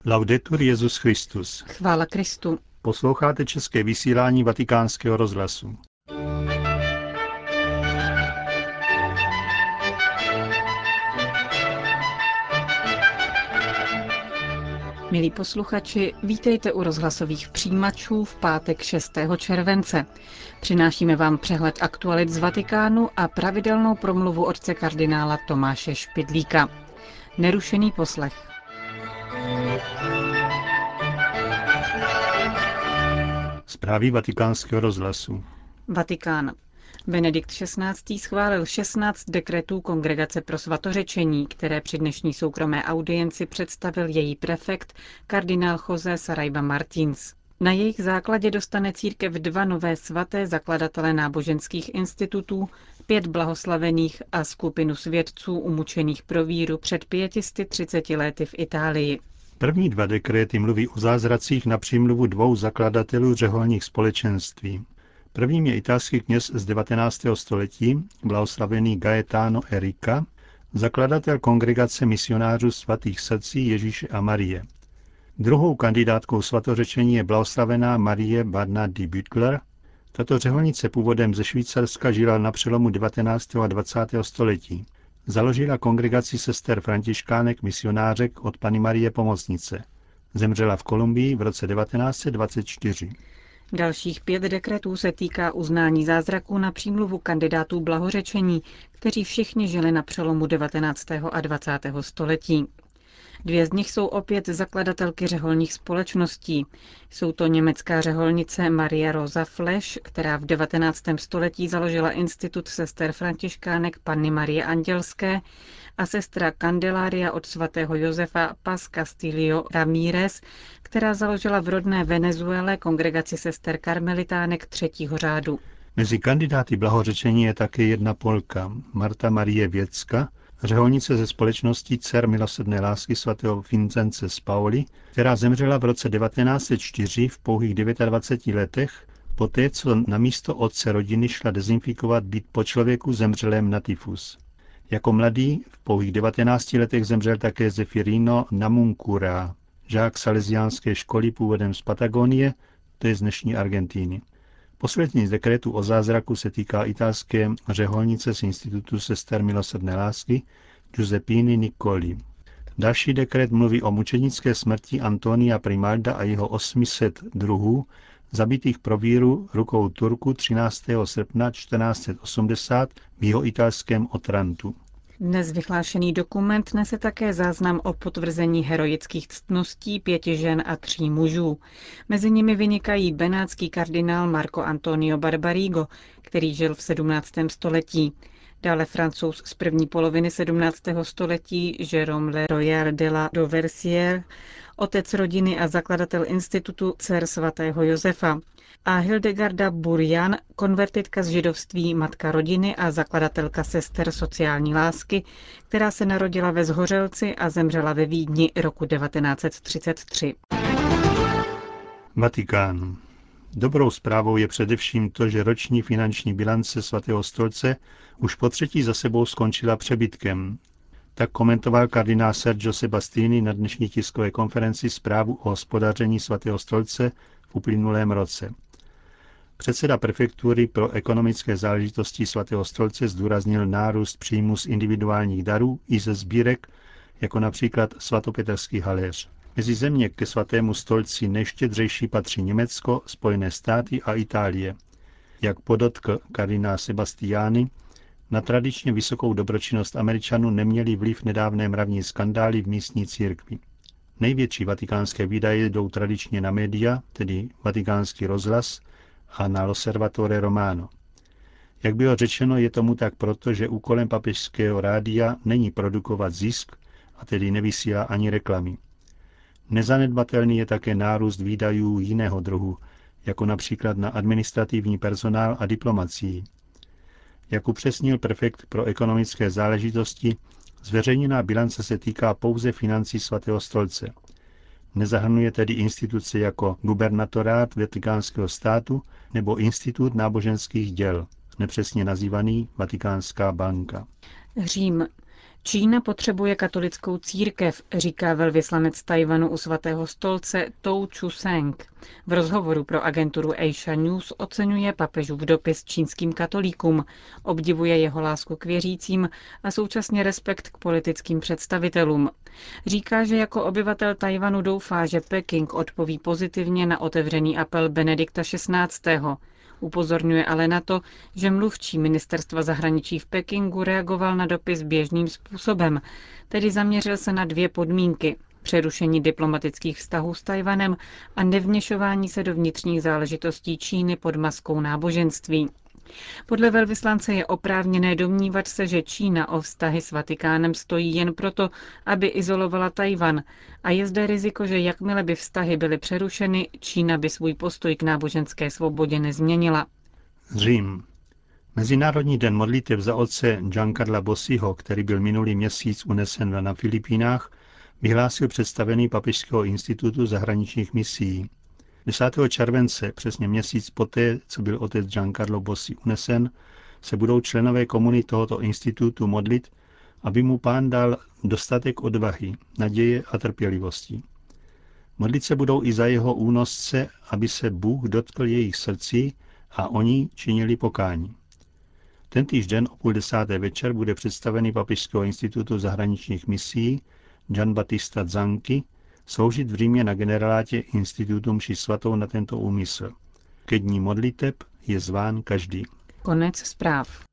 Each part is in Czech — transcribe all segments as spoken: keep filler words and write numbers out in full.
Laudetur Jesus Christus. Chvála Kristu. Posloucháte české vysílání Vatikánského rozhlasu. Milí posluchači, vítejte u rozhlasových přijímačů v pátek šestého července. Přinášíme vám přehled aktualit z Vatikánu a pravidelnou promluvu otce kardinála Tomáše Špidlíka. Nerušený poslech. Zprávy Vatikánského rozhlasu. Vatikán. Benedikt šestnáctý. schválil šestnáct dekretů Kongregace pro svatořečení, které při dnešní soukromé audienci představil její prefekt kardinál José Saraiva Martins. Na jejich základě dostane církev dva nové svaté zakladatele náboženských institutů, pět blahoslavených a skupinu svědců umučených pro víru před pětisty třiceti lety v Itálii. První dva dekréty mluví o zázracích na přímluvu dvou zakladatelů řeholních společenství. Prvním je italský kněz z devatenáctého století, blahoslavený Gaetano Erika, zakladatel kongregace misionářů svatých srdcí Ježíše a Marie. Druhou kandidátkou svatořečení je blahoslavená Marie Bernardi Büttler. Tato řeholnice původem ze Švýcarska žila na přelomu devatenáctého a dvacátého století. Založila kongregaci sester františkánek misionářek od Panny Marie Pomocnice. Zemřela v Kolumbii v roce devatenáct set dvacet čtyři. Dalších pět dekretů se týká uznání zázraků na přímluvu kandidátů blahořečení, kteří všichni žili na přelomu devatenáctého a dvacátého století. Dvě z nich jsou opět zakladatelky řeholních společností. Jsou to německá řeholnice Maria Rosa Flesch, která v devatenáctém století založila institut sester františkánek Panny Marie Andělské, a sestra Candelaria od svatého Josefa Paz Castillo Ramírez, která založila v rodné Venezuele kongregaci sester karmelitánek třetího řádu. Mezi kandidáty blahořečení je také jedna Polka, Marta Marie Věcka, řeholnice ze společnosti Dcer milosrdné lásky svatého Vincence z Pauli, která zemřela v roce devatenáct set čtyři v pouhých dvaceti devíti letech, poté co na místo otce rodiny šla dezinfikovat byt po člověku zemřelém na tyfus. Jako mladý v pouhých devatenácti letech zemřel také Zefirino Namuncurá, žák salesiánské školy původem z Patagonie, to je z dnešní Argentíny. Poslední z dekretů o zázraku se týká italské řeholnice z Institutu sester milosrdné lásky Giuseppiny Niccoli. Další dekret mluví o mučenické smrti Antonia Primalda a jeho osmi set druhů, zabitých pro víru rukou Turku třináctého srpna čtrnáct set osmdesát v jeho italském Otrantu. Dnes vyhlášený dokument nese také záznam o potvrzení heroických ctností pěti žen a tří mužů. Mezi nimi vynikají benátský kardinál Marco Antonio Barbarigo, který žil v sedmnáctém století. Dále Francouz z první poloviny sedmnáctého století Jérôme Le Royal de la Dauversière, otec rodiny a zakladatel institutu Dcer svatého Josefa, a Hildegarda Burian, konvertitka z židovství, matka rodiny a zakladatelka sester sociální lásky, která se narodila ve Zhořelci a zemřela ve Vídni roku devatenáct set třicet tři. Vatikán. Dobrou zprávou je především to, že roční finanční bilance svatého stolce už po třetí za sebou skončila přebytkem. Tak komentoval kardinál Sergio Sebastini na dnešní tiskové konferenci zprávu o hospodaření svatého stolce v uplynulém roce. Předseda prefektury pro ekonomické záležitosti svatého stolce zdůraznil nárůst příjmu z individuálních darů i ze sbírek, jako například svatopetrský haléř. Mezi země ke svatému stolci nejštědřejší patří Německo, Spojené státy a Itálie. Jak podotkl kardinál Sebastiani, na tradičně vysokou dobročinnost Američanů neměli vliv nedávné mravní skandály v místní církvi. Největší vatikánské výdaje jdou tradičně na média, tedy vatikánský rozhlas, a na L'Osservatore Romano. Jak bylo řečeno, je tomu tak proto, že úkolem papežského rádia není produkovat zisk, a tedy nevysílá ani reklamy. Nezanedbatelný je také nárůst výdajů jiného druhu, jako například na administrativní personál a diplomacii. Jak upřesnil prefekt pro ekonomické záležitosti, zveřejněná bilance se týká pouze financí svatého stolce. Nezahrnuje tedy instituce jako gubernatorát Vatikánského státu nebo Institut náboženských děl, nepřesně nazývaný Vatikánská banka. Řím. Čína potřebuje katolickou církev, říká velvyslanec Tajvanu u svatého stolce Tou Chu-seng. V rozhovoru pro agenturu Asia News oceňuje papežův dopis čínským katolíkům, obdivuje jeho lásku k věřícím a současně respekt k politickým představitelům. Říká, že jako obyvatel Tajvanu doufá, že Peking odpoví pozitivně na otevřený apel Benedikta šestnáctého. Upozorňuje ale na to, že mluvčí ministerstva zahraničí v Pekingu reagoval na dopis běžným způsobem, tedy zaměřil se na dvě podmínky: přerušení diplomatických vztahů s Tajvanem a nevměšování se do vnitřních záležitostí Číny pod maskou náboženství. Podle velvyslance je oprávněné domnívat se, že Čína o vztahy s Vatikánem stojí jen proto, aby izolovala Tajvan, a je zde riziko, že jakmile by vztahy byly přerušeny, Čína by svůj postoj k náboženské svobodě nezměnila. Řím. Mezinárodní den modlitev za otce Giancarla Bossiho, který byl minulý měsíc unesen na Filipínách, vyhlásil představený Papežského institutu zahraničních misií. desátého července, přesně měsíc poté, co byl otec Giancarlo Bossi unesen, se budou členové komunity tohoto institutu modlit, aby mu Pán dal dostatek odvahy, naděje a trpělivosti. Modlit se budou i za jeho únosce, aby se Bůh dotkl jejich srdcí a oni činili pokání. Tentýž den o půl desáté večer bude představený Papežského institutu zahraničních misií Gian Battista Zanchi sloužit v Římě na generálátě institutu mši svatou na tento úmysl. Ke dní modliteb je zván každý. Konec zpráv.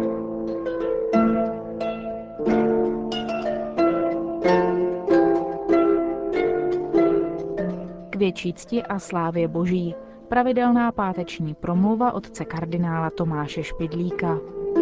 K větší cti a slávě Boží. Pravidelná páteční promluva otce kardinála Tomáše Špidlíka.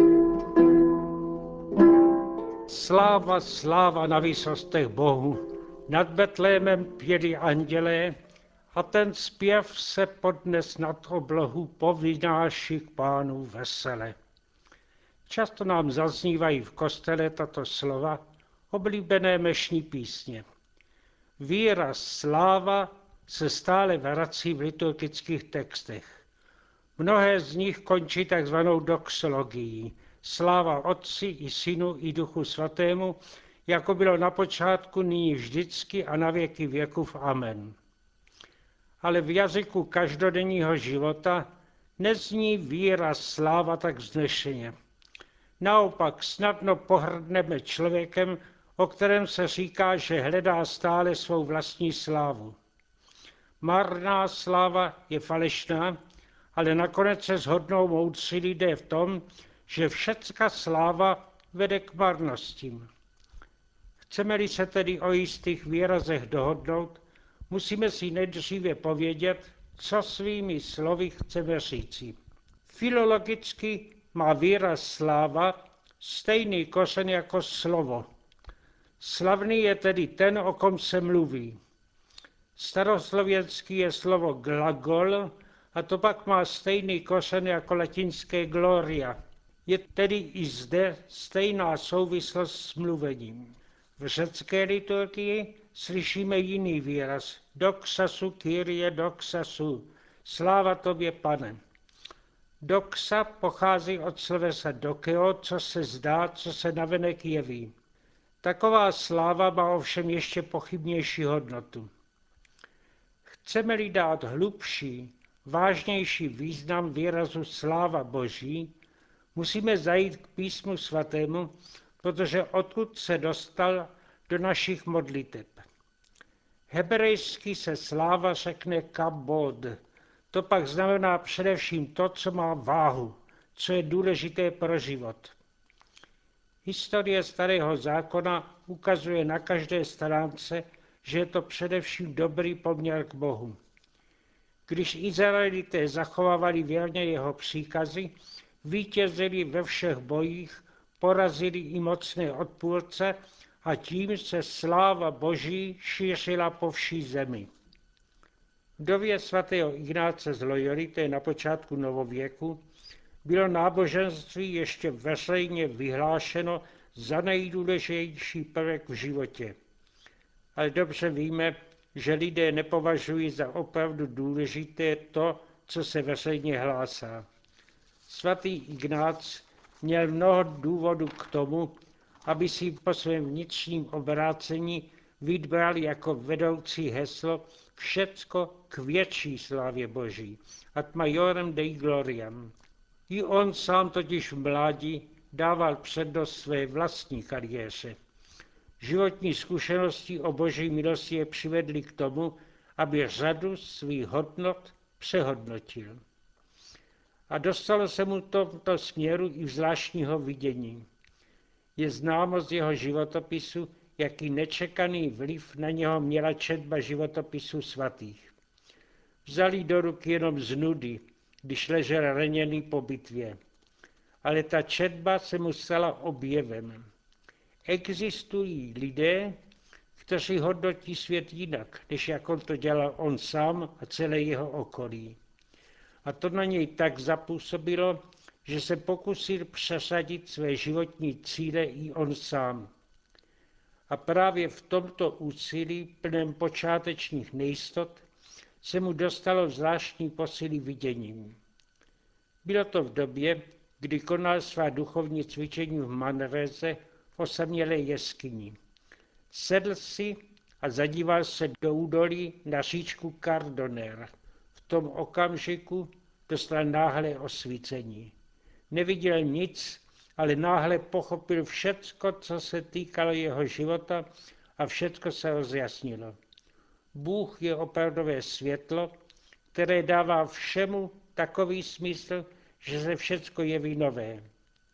Sláva, sláva na výsostech Bohu, nad Betlémem pěli andělé a ten zpěv se podnes nad oblohu povynáší k Pánu vesele. Často nám zaznívají v kostele tato slova, oblíbené mešní písně. Výraz sláva se stále vrací v liturgických textech. Mnohé z nich končí takzvanou doxologií. Sláva Otci i Synu i Duchu Svatému, jako bylo na počátku, nyní vždycky a na věky věkův. Amen. Ale v jazyku každodenního života nezní výraz sláva tak vznešeně. Naopak snadno pohrdneme člověkem, o kterém se říká, že hledá stále svou vlastní slávu. Marná sláva je falešná, ale nakonec se shodnou moudří lidé v tom, že všecka sláva vede k marnostím. Chceme-li se tedy o jistých výrazech dohodnout, musíme si nejdříve povědět, co svými slovy chceme říci. Filologicky má výraz sláva stejný kořen jako slovo. Slavný je tedy ten, o kom se mluví. Staroslověnský je slovo glagol, a to pak má stejný kořen jako latinské gloria. Je tedy i zde stejná souvislost s mluvením. V řecké liturgii slyšíme jiný výraz. Doxasu Kyrie doxasu. Sláva tobě, Pane. Doxa pochází od slovesa dokeo, co se zdá, co se navenek jeví. Taková sláva má ovšem ještě pochybnější hodnotu. Chceme-li dát hlubší, vážnější význam výrazu sláva Boží, musíme zajít k písmu svatému, protože odkud se dostal do našich modliteb. Hebrejsky se sláva řekne kabod. To pak znamená především to, co má váhu, co je důležité pro život. Historie Starého zákona ukazuje na každé stránce, že je to především dobrý poměr k Bohu. Když Izraelité zachovávali věrně jeho příkazy, vítězili ve všech bojích, porazili i mocné odpůrce a tím se sláva Boží šířila po vší zemi. V době svatého Ignáce z Loyoli, to je na počátku novověku, bylo náboženství ještě veřejně vyhlášeno za nejdůležitější prvek v životě. Ale dobře víme, že lidé nepovažují za opravdu důležité to, co se veřejně hlásá. Svatý Ignác měl mnoho důvodů k tomu, aby si po svém vnitřním obrácení vybral jako vedoucí heslo všecko k větší slávě Boží, ad majorem Dei gloriam. I on sám totiž v mládí dával přednost své vlastní kariéře. Životní zkušenosti o Boží milosti je přivedly k tomu, aby řadu svých hodnot přehodnotil. A dostalo se mu to v tomto směru i v zvláštního vidění. Je známo z jeho životopisu, jaký nečekaný vliv na něho měla četba životopisů svatých. Vzali do ruky jenom z nudy, když ležel raněný po bitvě. Ale ta četba se mu stala objevem. Existují lidé, kteří hodnotí svět jinak, než jak on to dělal on sám a celé jeho okolí. A to na něj tak zapůsobilo, že se pokusil přesadit své životní cíle i on sám. A právě v tomto úsilí, plném počátečních nejistot, se mu dostalo zvláštní posily viděním. Bylo to v době, kdy konal svá duchovní cvičení v Manrese v osamělé jeskyni. Sedl si a zadíval se do údolí na říčku Cardoner. V tom okamžiku dostal náhlé osvícení. Neviděl nic, ale náhle pochopil všecko, co se týkalo jeho života a všecko se rozjasnilo. Bůh je opravdové světlo, které dává všemu takový smysl, že se všecko jeví nové.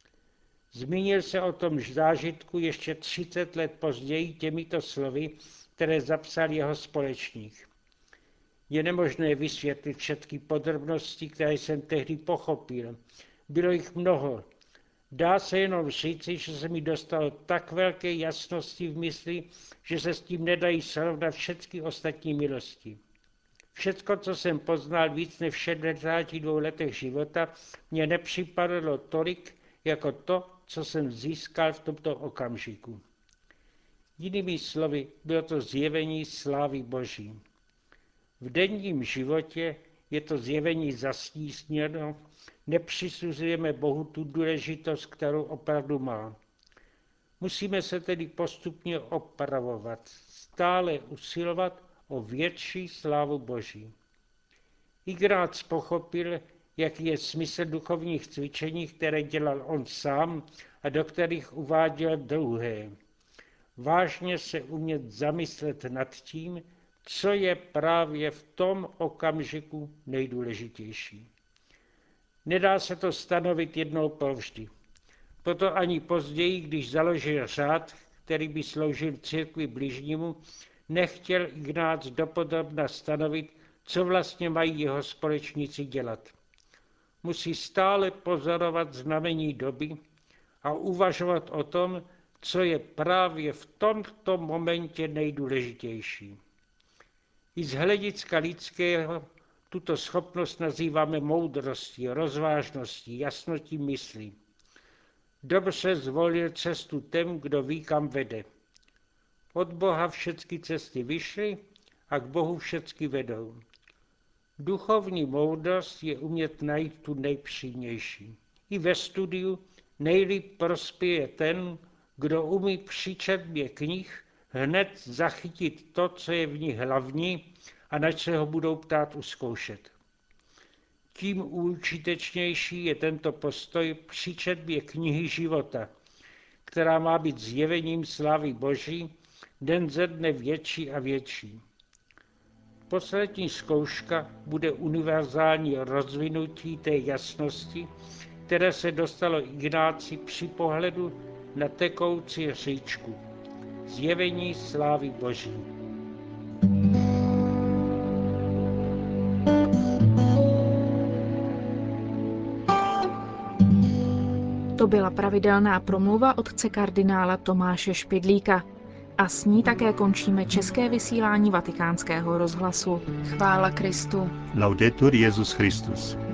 Zmínil se o tom zážitku ještě třicet let později těmito slovy, které zapsal jeho společník. Je nemožné vysvětlit všechny podrobnosti, které jsem tehdy pochopil. Bylo jich mnoho. Dá se jenom říci, že se mi dostalo tak velké jasnosti v mysli, že se s tím nedají srovnat všechny ostatní milosti. Všecko, co jsem poznal víc než v šedesáti dvou letech života, mně nepřipadalo tolik, jako to, co jsem získal v tomto okamžiku. Jinými slovy, bylo to zjevení slávy Boží. V denním životě je to zjevení zastísněno, nepřisuzujeme Bohu tu důležitost, kterou opravdu má. Musíme se tedy postupně opravovat, stále usilovat o větší slávu Boží. Ignác pochopil, jaký je smysl duchovních cvičení, které dělal on sám a do kterých uváděl druhé. Vážně se umět zamyslet nad tím, co je právě v tom okamžiku nejdůležitější. Nedá se to stanovit jednou provždy. Proto ani později, když založil řád, který by sloužil církvi bližnímu, nechtěl Ignác dopodrobna stanovit, co vlastně mají jeho společníci dělat. Musí stále pozorovat znamení doby a uvažovat o tom, co je právě v tomto momentě nejdůležitější. I z hlediska lidského tuto schopnost nazýváme moudrostí, rozvážností, jasností mysli. Dobře zvolil cestu ten, kdo ví, kam vede. Od Boha všechny cesty vyšly a k Bohu všechny vedou. Duchovní moudrost je umět najít tu nejpřímější. I ve studiu nejlíp prospěje ten, kdo umí při četbě knih hned zachytit to, co je v nich hlavní a na co ho budou ptát uskoušet. Tím užitečnější je tento postoj při četbě knihy života, která má být zjevením slávy Boží, den ze dne větší a větší. Poslední zkouška bude univerzální rozvinutí té jasnosti, které se dostalo Ignáci při pohledu na tekoucí říčku. Zjevení slávy Boží. To byla pravidelná promluva otce kardinála Tomáše Špidlíka. A s ní také končíme české vysílání Vatikánského rozhlasu. Chvála Kristu. Laudetur Jesus Christus.